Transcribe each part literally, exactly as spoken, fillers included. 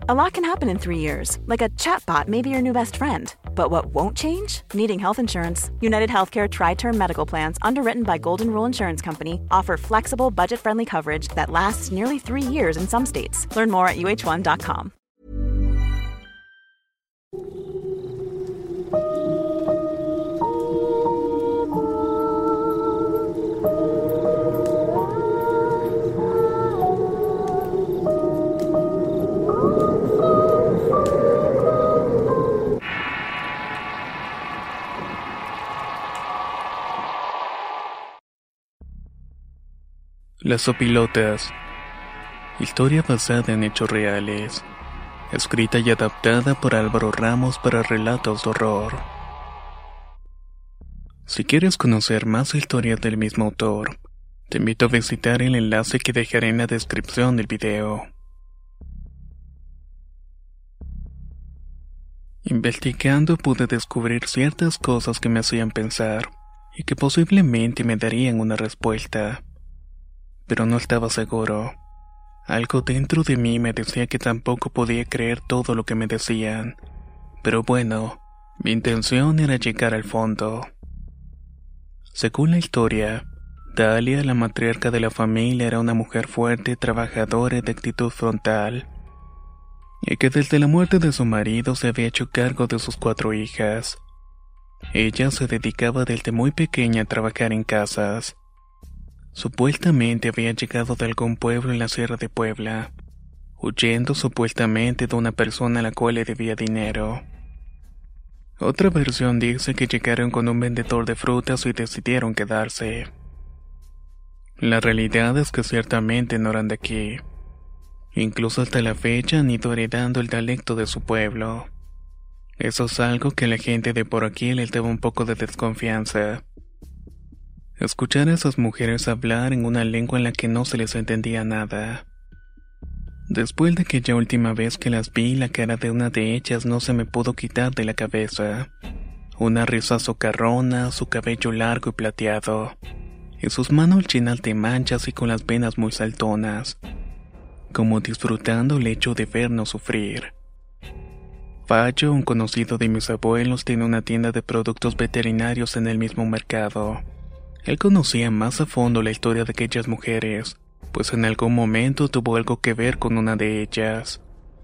A lot can happen in three years, like a chatbot may be your new best friend. But what won't change? Needing health insurance. United Healthcare Tri-Term Medical Plans, underwritten by Golden Rule Insurance Company, offer flexible, budget-friendly coverage that lasts nearly three years in some states. Learn more at U H one dot com. Las Sopilotas. Historia basada en hechos reales. Escrita y adaptada por Álvaro Ramos para relatos de horror. Si quieres conocer más historias del mismo autor, te invito a visitar el enlace que dejaré en la descripción del video. Investigando pude descubrir ciertas cosas que me hacían pensar y que posiblemente me darían una respuesta. Pero no estaba seguro. Algo dentro de mí me decía que tampoco podía creer todo lo que me decían. Pero bueno, mi intención era llegar al fondo. Según la historia, Dalia, la matriarca de la familia, era una mujer fuerte, trabajadora y de actitud frontal, y que desde la muerte de su marido se había hecho cargo de sus cuatro hijas. Ella se dedicaba desde muy pequeña a trabajar en casas. Supuestamente había llegado de algún pueblo en la Sierra de Puebla, huyendo supuestamente de una persona a la cual le debía dinero. Otra versión dice que llegaron con un vendedor de frutas y decidieron quedarse. La realidad es que ciertamente no eran de aquí. Incluso hasta la fecha han ido heredando el dialecto de su pueblo. Eso es algo que a la gente de por aquí les daba un poco de desconfianza. Escuchar a esas mujeres hablar en una lengua en la que no se les entendía nada. Después de aquella última vez que las vi, la cara de una de ellas no se me pudo quitar de la cabeza. Una risa socarrona, su cabello largo y plateado, y sus manos llenas de manchas y con las venas muy saltonas, como disfrutando el hecho de vernos sufrir. Fallo, un conocido de mis abuelos, tiene una tienda de productos veterinarios en el mismo mercado. Él conocía más a fondo la historia de aquellas mujeres, pues en algún momento tuvo algo que ver con una de ellas.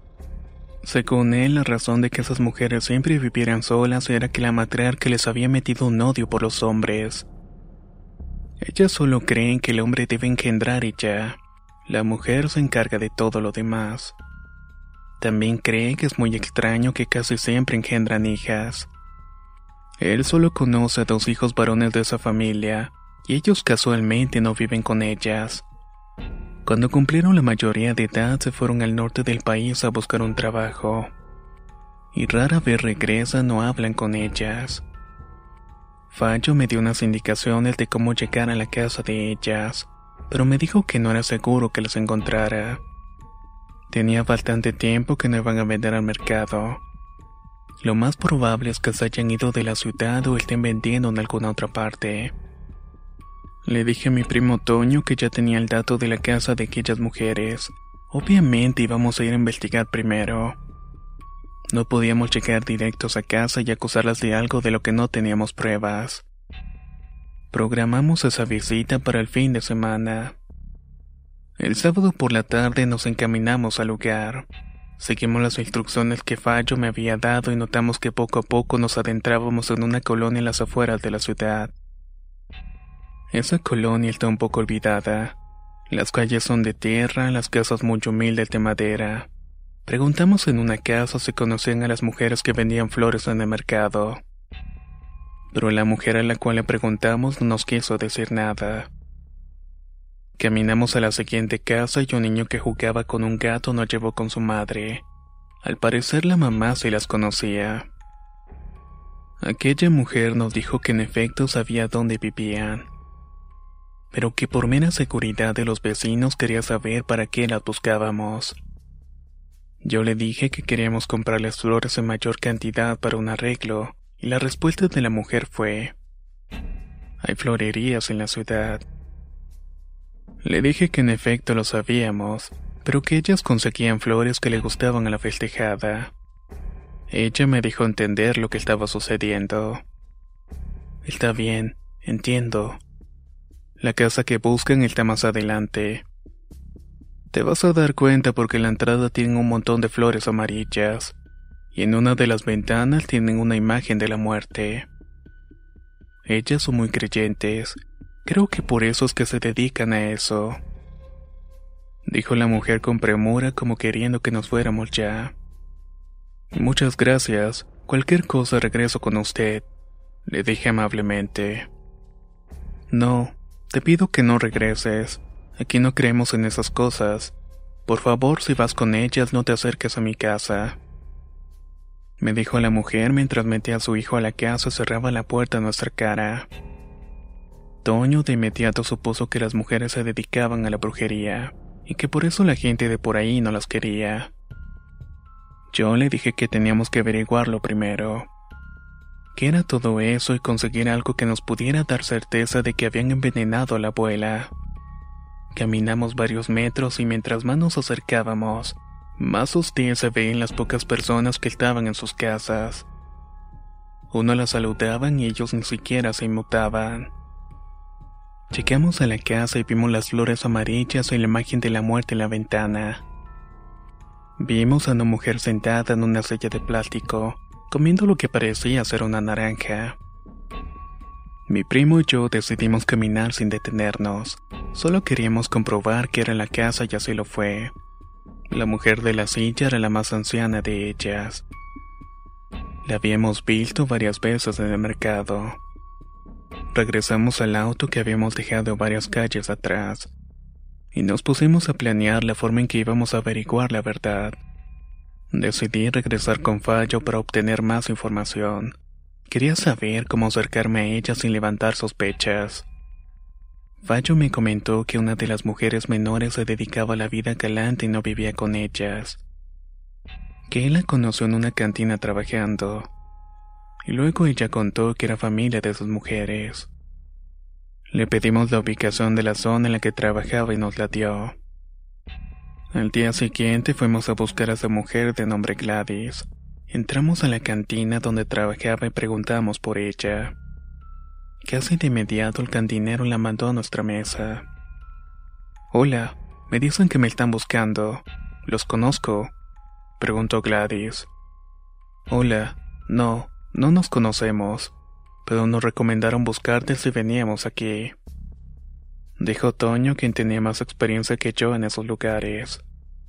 Según él, la razón de que esas mujeres siempre vivieran solas era que la matriarca les había metido un odio por los hombres. Ellas solo creen que el hombre debe engendrar y ya. La mujer se encarga de todo lo demás. También cree que es muy extraño que casi siempre engendran hijas. Él solo conoce a dos hijos varones de esa familia, y ellos casualmente no viven con ellas. Cuando cumplieron la mayoría de edad se fueron al norte del país a buscar un trabajo, y rara vez regresan o hablan con ellas. Fallo me dio unas indicaciones de cómo llegar a la casa de ellas, pero me dijo que no era seguro que las encontrara. Tenía bastante tiempo que no iban a vender al mercado. Lo más probable es que se hayan ido de la ciudad o estén vendiendo en alguna otra parte. Le dije a mi primo Toño que ya tenía el dato de la casa de aquellas mujeres. Obviamente íbamos a ir a investigar primero. No podíamos llegar directos a casa y acusarlas de algo de lo que no teníamos pruebas. Programamos esa visita para el fin de semana. El sábado por la tarde nos encaminamos al lugar. Seguimos las instrucciones que Fallo me había dado y notamos que poco a poco nos adentrábamos en una colonia en las afueras de la ciudad. Esa colonia está un poco olvidada. Las calles son de tierra, las casas muy humildes de madera. Preguntamos en una casa si conocían a las mujeres que vendían flores en el mercado. Pero la mujer a la cual le preguntamos no nos quiso decir nada. Caminamos a la siguiente casa y un niño que jugaba con un gato nos llevó con su madre. Al parecer la mamá sí las conocía. Aquella mujer nos dijo que en efecto sabía dónde vivían, pero que por mera seguridad de los vecinos quería saber para qué las buscábamos. Yo le dije que queríamos comprarles flores en mayor cantidad para un arreglo, y la respuesta de la mujer fue: hay florerías en la ciudad. Le dije que en efecto lo sabíamos, pero que ellas conseguían flores que le gustaban a la festejada. Ella me dejó entender lo que estaba sucediendo. Está bien, entiendo. La casa que buscan está más adelante. Te vas a dar cuenta porque la entrada tiene un montón de flores amarillas, y en una de las ventanas tienen una imagen de la muerte. Ellas son muy creyentes, creo que por eso es que se dedican a eso, dijo la mujer con premura como queriendo que nos fuéramos ya. Muchas gracias, cualquier cosa regreso con usted, le dije amablemente. No, te pido que no regreses, aquí no creemos en esas cosas, por favor si vas con ellas no te acerques a mi casa, me dijo la mujer mientras metía a su hijo a la casa y cerraba la puerta a nuestra cara. Toño de inmediato supuso que las mujeres se dedicaban a la brujería, y que por eso la gente de por ahí no las quería. Yo le dije que teníamos que averiguarlo primero. ¿Qué era todo eso y conseguir algo que nos pudiera dar certeza de que habían envenenado a la abuela? Caminamos varios metros y mientras más nos acercábamos, más hostil se veían las pocas personas que estaban en sus casas. Uno las saludaban y ellos ni siquiera se inmutaban. Llegamos a la casa y vimos las flores amarillas y la imagen de la muerte en la ventana. Vimos a una mujer sentada en una silla de plástico, comiendo lo que parecía ser una naranja. Mi primo y yo decidimos caminar sin detenernos, solo queríamos comprobar que era la casa y así lo fue. La mujer de la silla era la más anciana de ellas. La habíamos visto varias veces en el mercado. Regresamos al auto que habíamos dejado varias calles atrás, y nos pusimos a planear la forma en que íbamos a averiguar la verdad. Decidí regresar con Fallo para obtener más información. Quería saber cómo acercarme a ella sin levantar sospechas. Fallo me comentó que una de las mujeres menores se dedicaba a la vida galante y no vivía con ellas. Que él la conoció en una cantina trabajando. Y luego ella contó que era familia de sus mujeres. Le pedimos la ubicación de la zona en la que trabajaba y nos la dio. Al día siguiente fuimos a buscar a esa mujer de nombre Gladys. Entramos a la cantina donde trabajaba y preguntamos por ella. Casi de inmediato el cantinero la mandó a nuestra mesa. Hola, me dicen que me están buscando. ¿Los conozco?, preguntó Gladys. Hola, no, no nos conocemos, pero nos recomendaron buscarte si veníamos aquí, dijo Toño, quien tenía más experiencia que yo en esos lugares.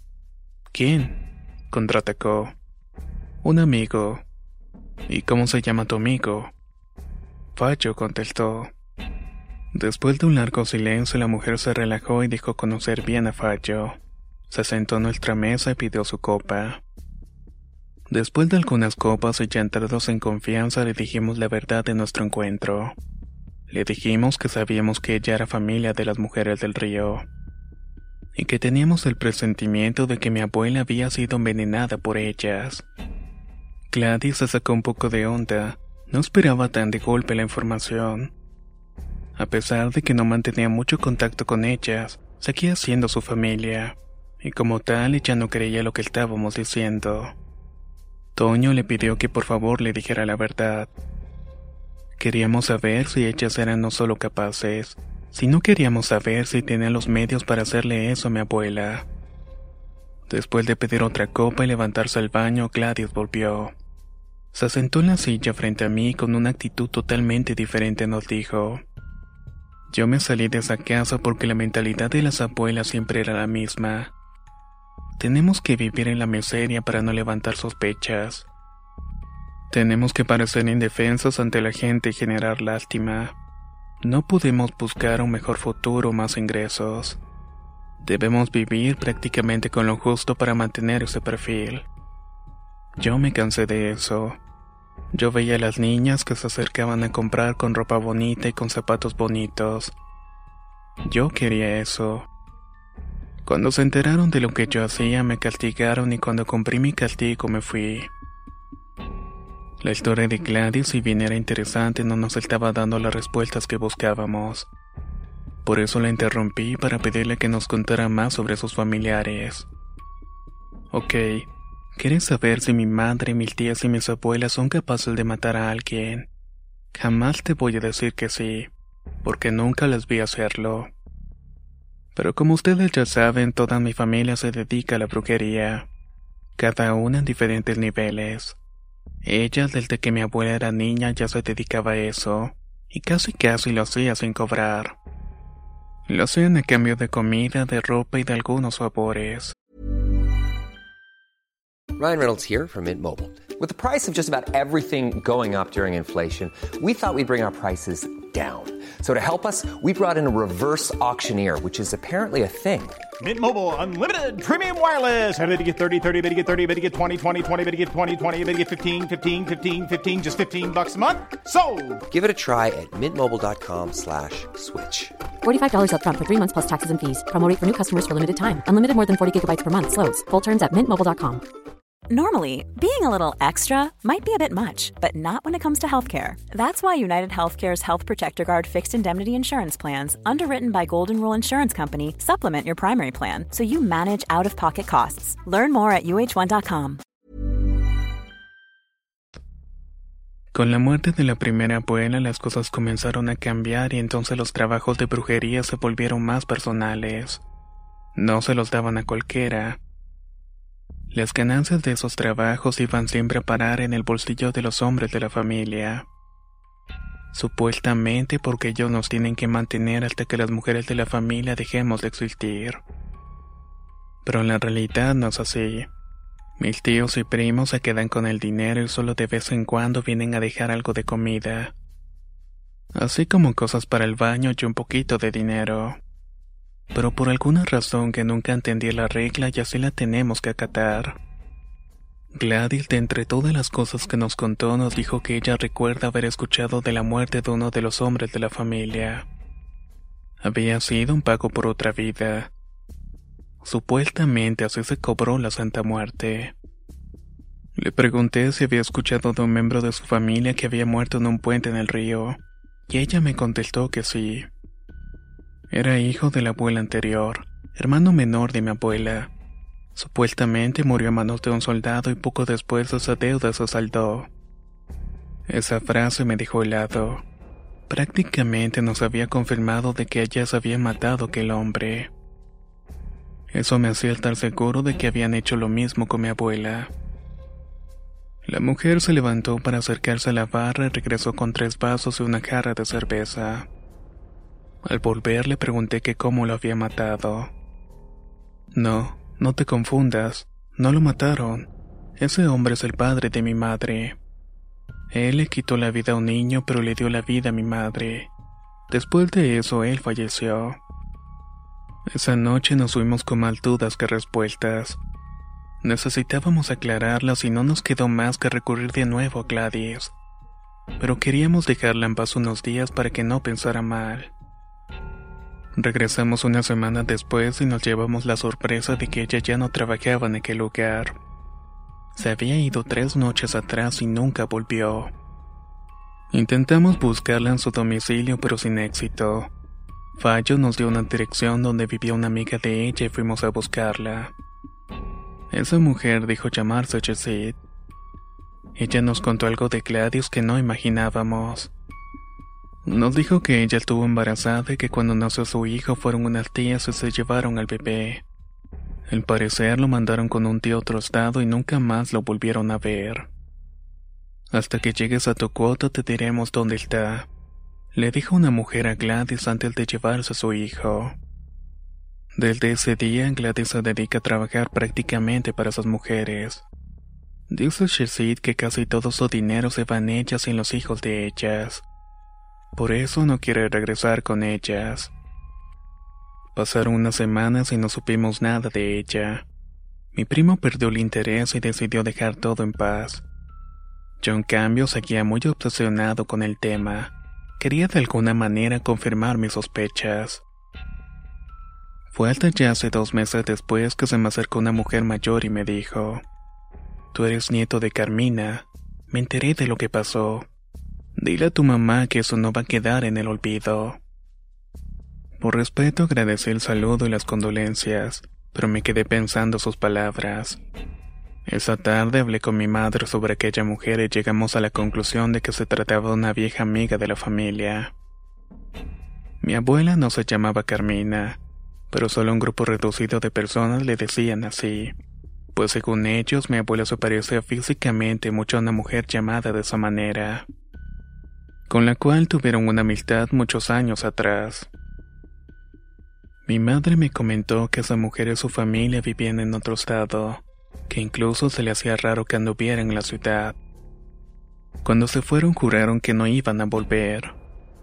¿Quién?, contraatacó. Un amigo. ¿Y cómo se llama tu amigo? Fallo, contestó. Después de un largo silencio, la mujer se relajó y dijo conocer bien a Fallo. Se sentó a nuestra mesa y pidió su copa. Después de algunas copas y ya entrados en confianza, le dijimos la verdad de nuestro encuentro. Le dijimos que sabíamos que ella era familia de las mujeres del río, y que teníamos el presentimiento de que mi abuela había sido envenenada por ellas. Gladys se sacó un poco de onda, no esperaba tan de golpe la información. A pesar de que no mantenía mucho contacto con ellas, seguía siendo su familia, y como tal ella no creía lo que estábamos diciendo. Toño le pidió que por favor le dijera la verdad. Queríamos saber si ellas eran no solo capaces, sino queríamos saber si tenían los medios para hacerle eso a mi abuela. Después de pedir otra copa y levantarse al baño, Gladys volvió. Se sentó en la silla frente a mí y con una actitud totalmente diferente nos dijo: yo me salí de esa casa porque la mentalidad de las abuelas siempre era la misma. Tenemos que vivir en la miseria para no levantar sospechas. Tenemos que parecer indefensos ante la gente y generar lástima. No podemos buscar un mejor futuro o más ingresos. Debemos vivir prácticamente con lo justo para mantener ese perfil. Yo me cansé de eso. Yo veía a las niñas que se acercaban a comprar con ropa bonita y con zapatos bonitos. Yo quería eso. Cuando se enteraron de lo que yo hacía, me castigaron y cuando cumplí mi castigo me fui. La historia de Gladys, si bien era interesante, no nos estaba dando las respuestas que buscábamos. Por eso la interrumpí para pedirle que nos contara más sobre sus familiares. Ok, ¿quieres saber si mi madre, mis tías y mis abuelas son capaces de matar a alguien? Jamás te voy a decir que sí, porque nunca las vi hacerlo. Pero como ustedes ya saben, toda mi familia se dedica a la brujería, cada una en diferentes niveles. Ella, desde que mi abuela era niña, ya se dedicaba a eso, y casi casi lo hacía sin cobrar. Lo hacían a cambio de comida, de ropa y de algunos favores. Ryan Reynolds here from Mint Mobile. With the price of just about everything going up during inflation, we thought we'd bring our prices down. So to help us, we brought in a reverse auctioneer, which is apparently a thing. Mint Mobile Unlimited Premium Wireless. How to get thirty, thirty, how to get thirty, how to get twenty, twenty, twenty, how to get twenty, twenty, how to get fifteen, fifteen, fifteen, fifteen, just fifteen bucks a month? Sold! Give it a try at mintmobile.com slash switch. forty-five dollars up front for three months plus taxes and fees. Promo rate for new customers for limited time. Unlimited more than forty gigabytes per month. Slows full terms at mint mobile dot com. Normally, being a little extra might be a bit much, but not when it comes to healthcare. That's why United Healthcare's Health Protector Guard fixed indemnity insurance plans, underwritten by Golden Rule Insurance Company, supplement your primary plan so you manage out-of-pocket costs. Learn more at u h one dot com. Con la muerte de la primera abuela, las cosas comenzaron a cambiar y entonces los trabajos de brujería se volvieron más personales. No se los daban a cualquiera. Las ganancias de esos trabajos iban siempre a parar en el bolsillo de los hombres de la familia. Supuestamente porque ellos nos tienen que mantener hasta que las mujeres de la familia dejemos de existir. Pero en la realidad no es así. Mis tíos y primos se quedan con el dinero y solo de vez en cuando vienen a dejar algo de comida. Así como cosas para el baño y un poquito de dinero. Pero por alguna razón que nunca entendí la regla y así la tenemos que acatar. Gladys, de entre todas las cosas que nos contó, nos dijo que ella recuerda haber escuchado de la muerte de uno de los hombres de la familia. Había sido un pago por otra vida. Supuestamente así se cobró la Santa Muerte. Le pregunté si había escuchado de un miembro de su familia que había muerto en un puente en el río, y ella me contestó que sí. Era hijo de la abuela anterior, hermano menor de mi abuela. Supuestamente murió a manos de un soldado y poco después esa deuda se saldó. Esa frase me dejó helado. Prácticamente nos había confirmado de que ella se había matado que el hombre. Eso me hacía estar seguro de que habían hecho lo mismo con mi abuela. La mujer se levantó para acercarse a la barra y regresó con tres vasos y una jarra de cerveza. Al volver le pregunté que cómo lo había matado. No, no te confundas, no lo mataron. Ese hombre es el padre de mi madre. Él le quitó la vida a un niño, pero le dio la vida a mi madre. Después de eso, él falleció. Esa noche nos fuimos con más dudas que respuestas. Necesitábamos aclararlas y no nos quedó más que recurrir de nuevo a Gladys. Pero queríamos dejarla en paz unos días para que no pensara mal. Regresamos una semana después y nos llevamos la sorpresa de que ella ya no trabajaba en aquel lugar. Se había ido tres noches atrás y nunca volvió. Intentamos buscarla en su domicilio pero sin éxito. Fallo nos dio una dirección donde vivía una amiga de ella y fuimos a buscarla. Esa mujer dijo llamarse Jessit. Ella nos contó algo de Gladys que no imaginábamos. Nos dijo que ella estuvo embarazada y que cuando nació su hijo fueron unas tías y se llevaron al bebé. Al parecer lo mandaron con un tío a otro estado y nunca más lo volvieron a ver. Hasta que llegues a tu cuota te diremos dónde está, le dijo una mujer a Gladys antes de llevarse a su hijo. Desde ese día Gladys se dedica a trabajar prácticamente para esas mujeres. Dice Jessit que casi todo su dinero se va en ellas y en los hijos de ellas. Por eso no quiere regresar con ellas. Pasaron unas semanas y no supimos nada de ella. Mi primo perdió el interés y decidió dejar todo en paz. Yo en cambio seguía muy obsesionado con el tema. Quería de alguna manera confirmar mis sospechas. Fue hasta ya hace dos meses después que se me acercó una mujer mayor y me dijo: «Tú eres nieto de Carmina. Me enteré de lo que pasó. Dile a tu mamá que eso no va a quedar en el olvido». Por respeto agradecí el saludo y las condolencias, pero me quedé pensando sus palabras. Esa tarde hablé con mi madre sobre aquella mujer y llegamos a la conclusión de que se trataba de una vieja amiga de la familia. Mi abuela no se llamaba Carmina, pero solo un grupo reducido de personas le decían así, pues según ellos mi abuela se parecía físicamente mucho a una mujer llamada de esa manera, con la cual tuvieron una amistad muchos años atrás. Mi madre me comentó que esa mujer y su familia vivían en otro estado, que incluso se le hacía raro que anduvieran en la ciudad. Cuando se fueron juraron que no iban a volver.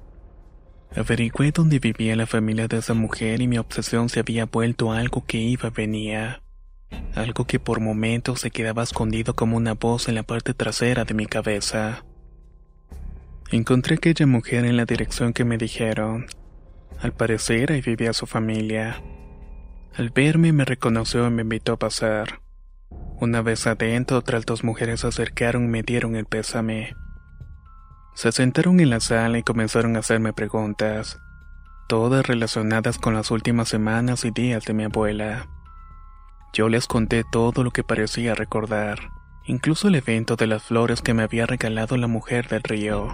Averigüé dónde vivía la familia de esa mujer y mi obsesión se había vuelto algo que iba y venía, algo que por momentos se quedaba escondido como una voz en la parte trasera de mi cabeza. Encontré a aquella mujer en la dirección que me dijeron. Al parecer ahí vivía su familia. Al verme me reconoció y me invitó a pasar. Una vez adentro, otras dos mujeres se acercaron y me dieron el pésame. Se sentaron en la sala y comenzaron a hacerme preguntas, todas relacionadas con las últimas semanas y días de mi abuela. Yo les conté todo lo que parecía recordar, incluso el evento de las flores que me había regalado la mujer del río.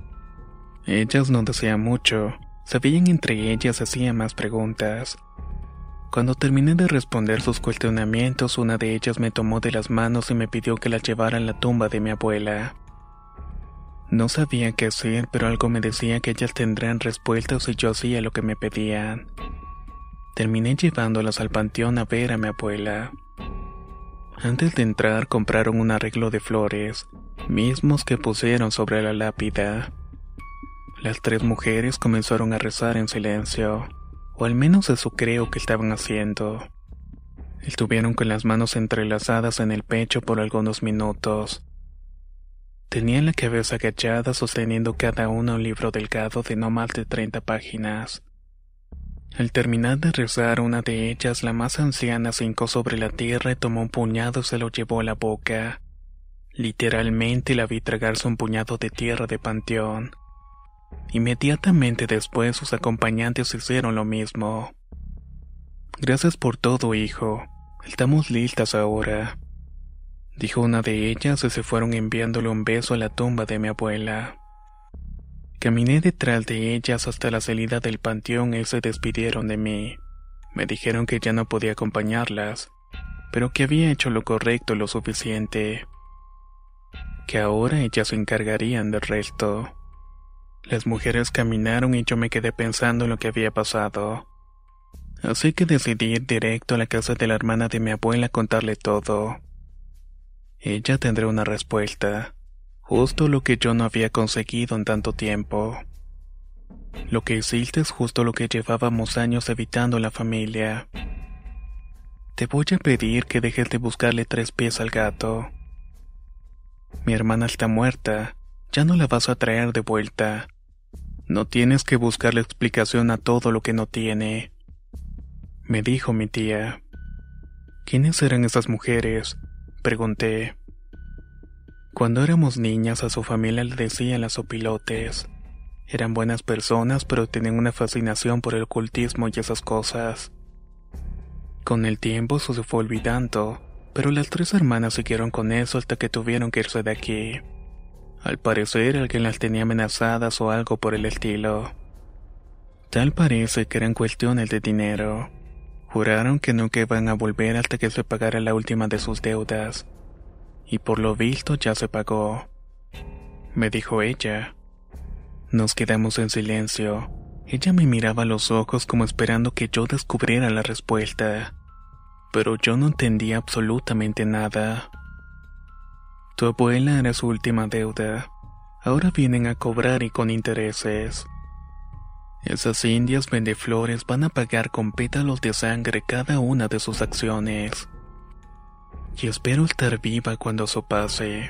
Ellas no decían mucho, sabían entre ellas y hacían más preguntas. Cuando terminé de responder sus cuestionamientos, una de ellas me tomó de las manos y me pidió que la llevara a la tumba de mi abuela. No sabía qué hacer, pero algo me decía que ellas tendrían respuestas si yo hacía lo que me pedían. Terminé llevándolas al panteón a ver a mi abuela. Antes de entrar compraron un arreglo de flores, mismos que pusieron sobre la lápida. Las tres mujeres comenzaron a rezar en silencio, o al menos eso creo que estaban haciendo. Estuvieron con las manos entrelazadas en el pecho por algunos minutos. Tenían la cabeza agachada sosteniendo cada una un libro delgado de no más de treinta páginas. Al terminar de rezar, una de ellas, la más anciana, se hincó sobre la tierra y tomó un puñado y se lo llevó a la boca. Literalmente la vi tragarse un puñado de tierra de panteón. Inmediatamente después sus acompañantes hicieron lo mismo. Gracias por todo, hijo. Estamos listas ahora, dijo una de ellas y se fueron enviándole un beso a la tumba de mi abuela. Caminé detrás de ellas hasta la salida del panteón y se despidieron de mí. Me dijeron que ya no podía acompañarlas, pero que había hecho lo correcto lo suficiente, que ahora ellas se encargarían del resto. Las mujeres caminaron y yo me quedé pensando en lo que había pasado. Así que decidí ir directo a la casa de la hermana de mi abuela a contarle todo. Ella tendrá una respuesta, justo lo que yo no había conseguido en tanto tiempo. Lo que hiciste es justo lo que llevábamos años evitando la familia. Te voy a pedir que dejes de buscarle tres pies al gato. Mi hermana está muerta, ya no la vas a traer de vuelta. No tienes que buscarle explicación a todo lo que no tiene, me dijo mi tía. ¿Quiénes eran esas mujeres?, pregunté. Cuando éramos niñas a su familia le decían las opilotes. Eran buenas personas, pero tenían una fascinación por el ocultismo y esas cosas. Con el tiempo eso se fue olvidando, pero las tres hermanas siguieron con eso hasta que tuvieron que irse de aquí. Al parecer alguien las tenía amenazadas o algo por el estilo. Tal parece que eran cuestiones de dinero. Juraron que nunca iban a volver hasta que se pagara la última de sus deudas. Y por lo visto ya se pagó, me dijo ella. Nos quedamos en silencio. Ella me miraba a los ojos como esperando que yo descubriera la respuesta, pero yo no entendía absolutamente nada. Tu abuela era su última deuda. Ahora vienen a cobrar y con intereses. Esas indias vendeflores van a pagar con pétalos de sangre cada una de sus acciones. Y espero estar viva cuando eso pase.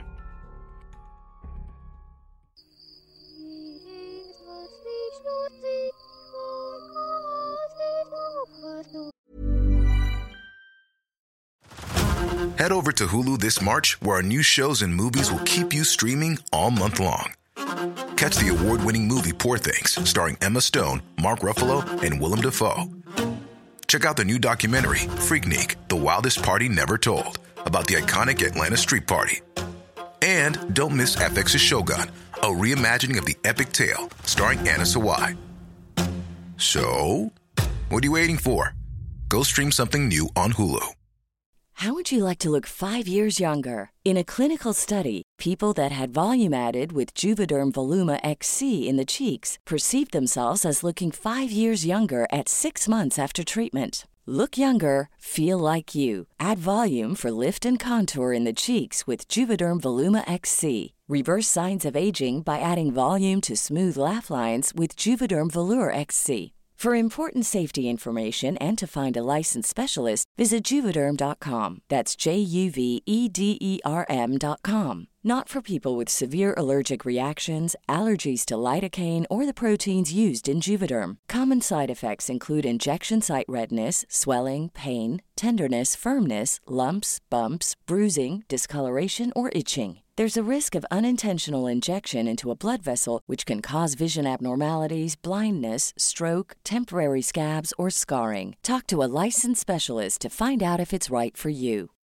Head over to Hulu this March, where our new shows and movies will keep you streaming all month long. Catch the award-winning movie Poor Things, starring Emma Stone, Mark Ruffalo, and Willem Dafoe. Check out the new documentary, Freaknik, The Wildest Party Never Told, about the iconic Atlanta Street Party. And don't miss F X's Shogun, a reimagining of the epic tale, starring Anna Sawai. So, what are you waiting for? Go stream something new on Hulu. How would you like to look five years younger? In a clinical study, people that had volume added with Juvederm Voluma X C in the cheeks perceived themselves as looking five years younger at six months after treatment. Look younger, feel like you. Add volume for lift and contour in the cheeks with Juvederm Voluma X C. Reverse signs of aging by adding volume to smooth laugh lines with Juvederm Volure X C. For important safety information and to find a licensed specialist, visit Juvederm dot com. That's J U V E D E R M dot com. Not for people with severe allergic reactions, allergies to lidocaine, or the proteins used in Juvederm. Common side effects include injection site redness, swelling, pain, tenderness, firmness, lumps, bumps, bruising, discoloration, or itching. There's a risk of unintentional injection into a blood vessel, which can cause vision abnormalities, blindness, stroke, temporary scabs, or scarring. Talk to a licensed specialist to find out if it's right for you.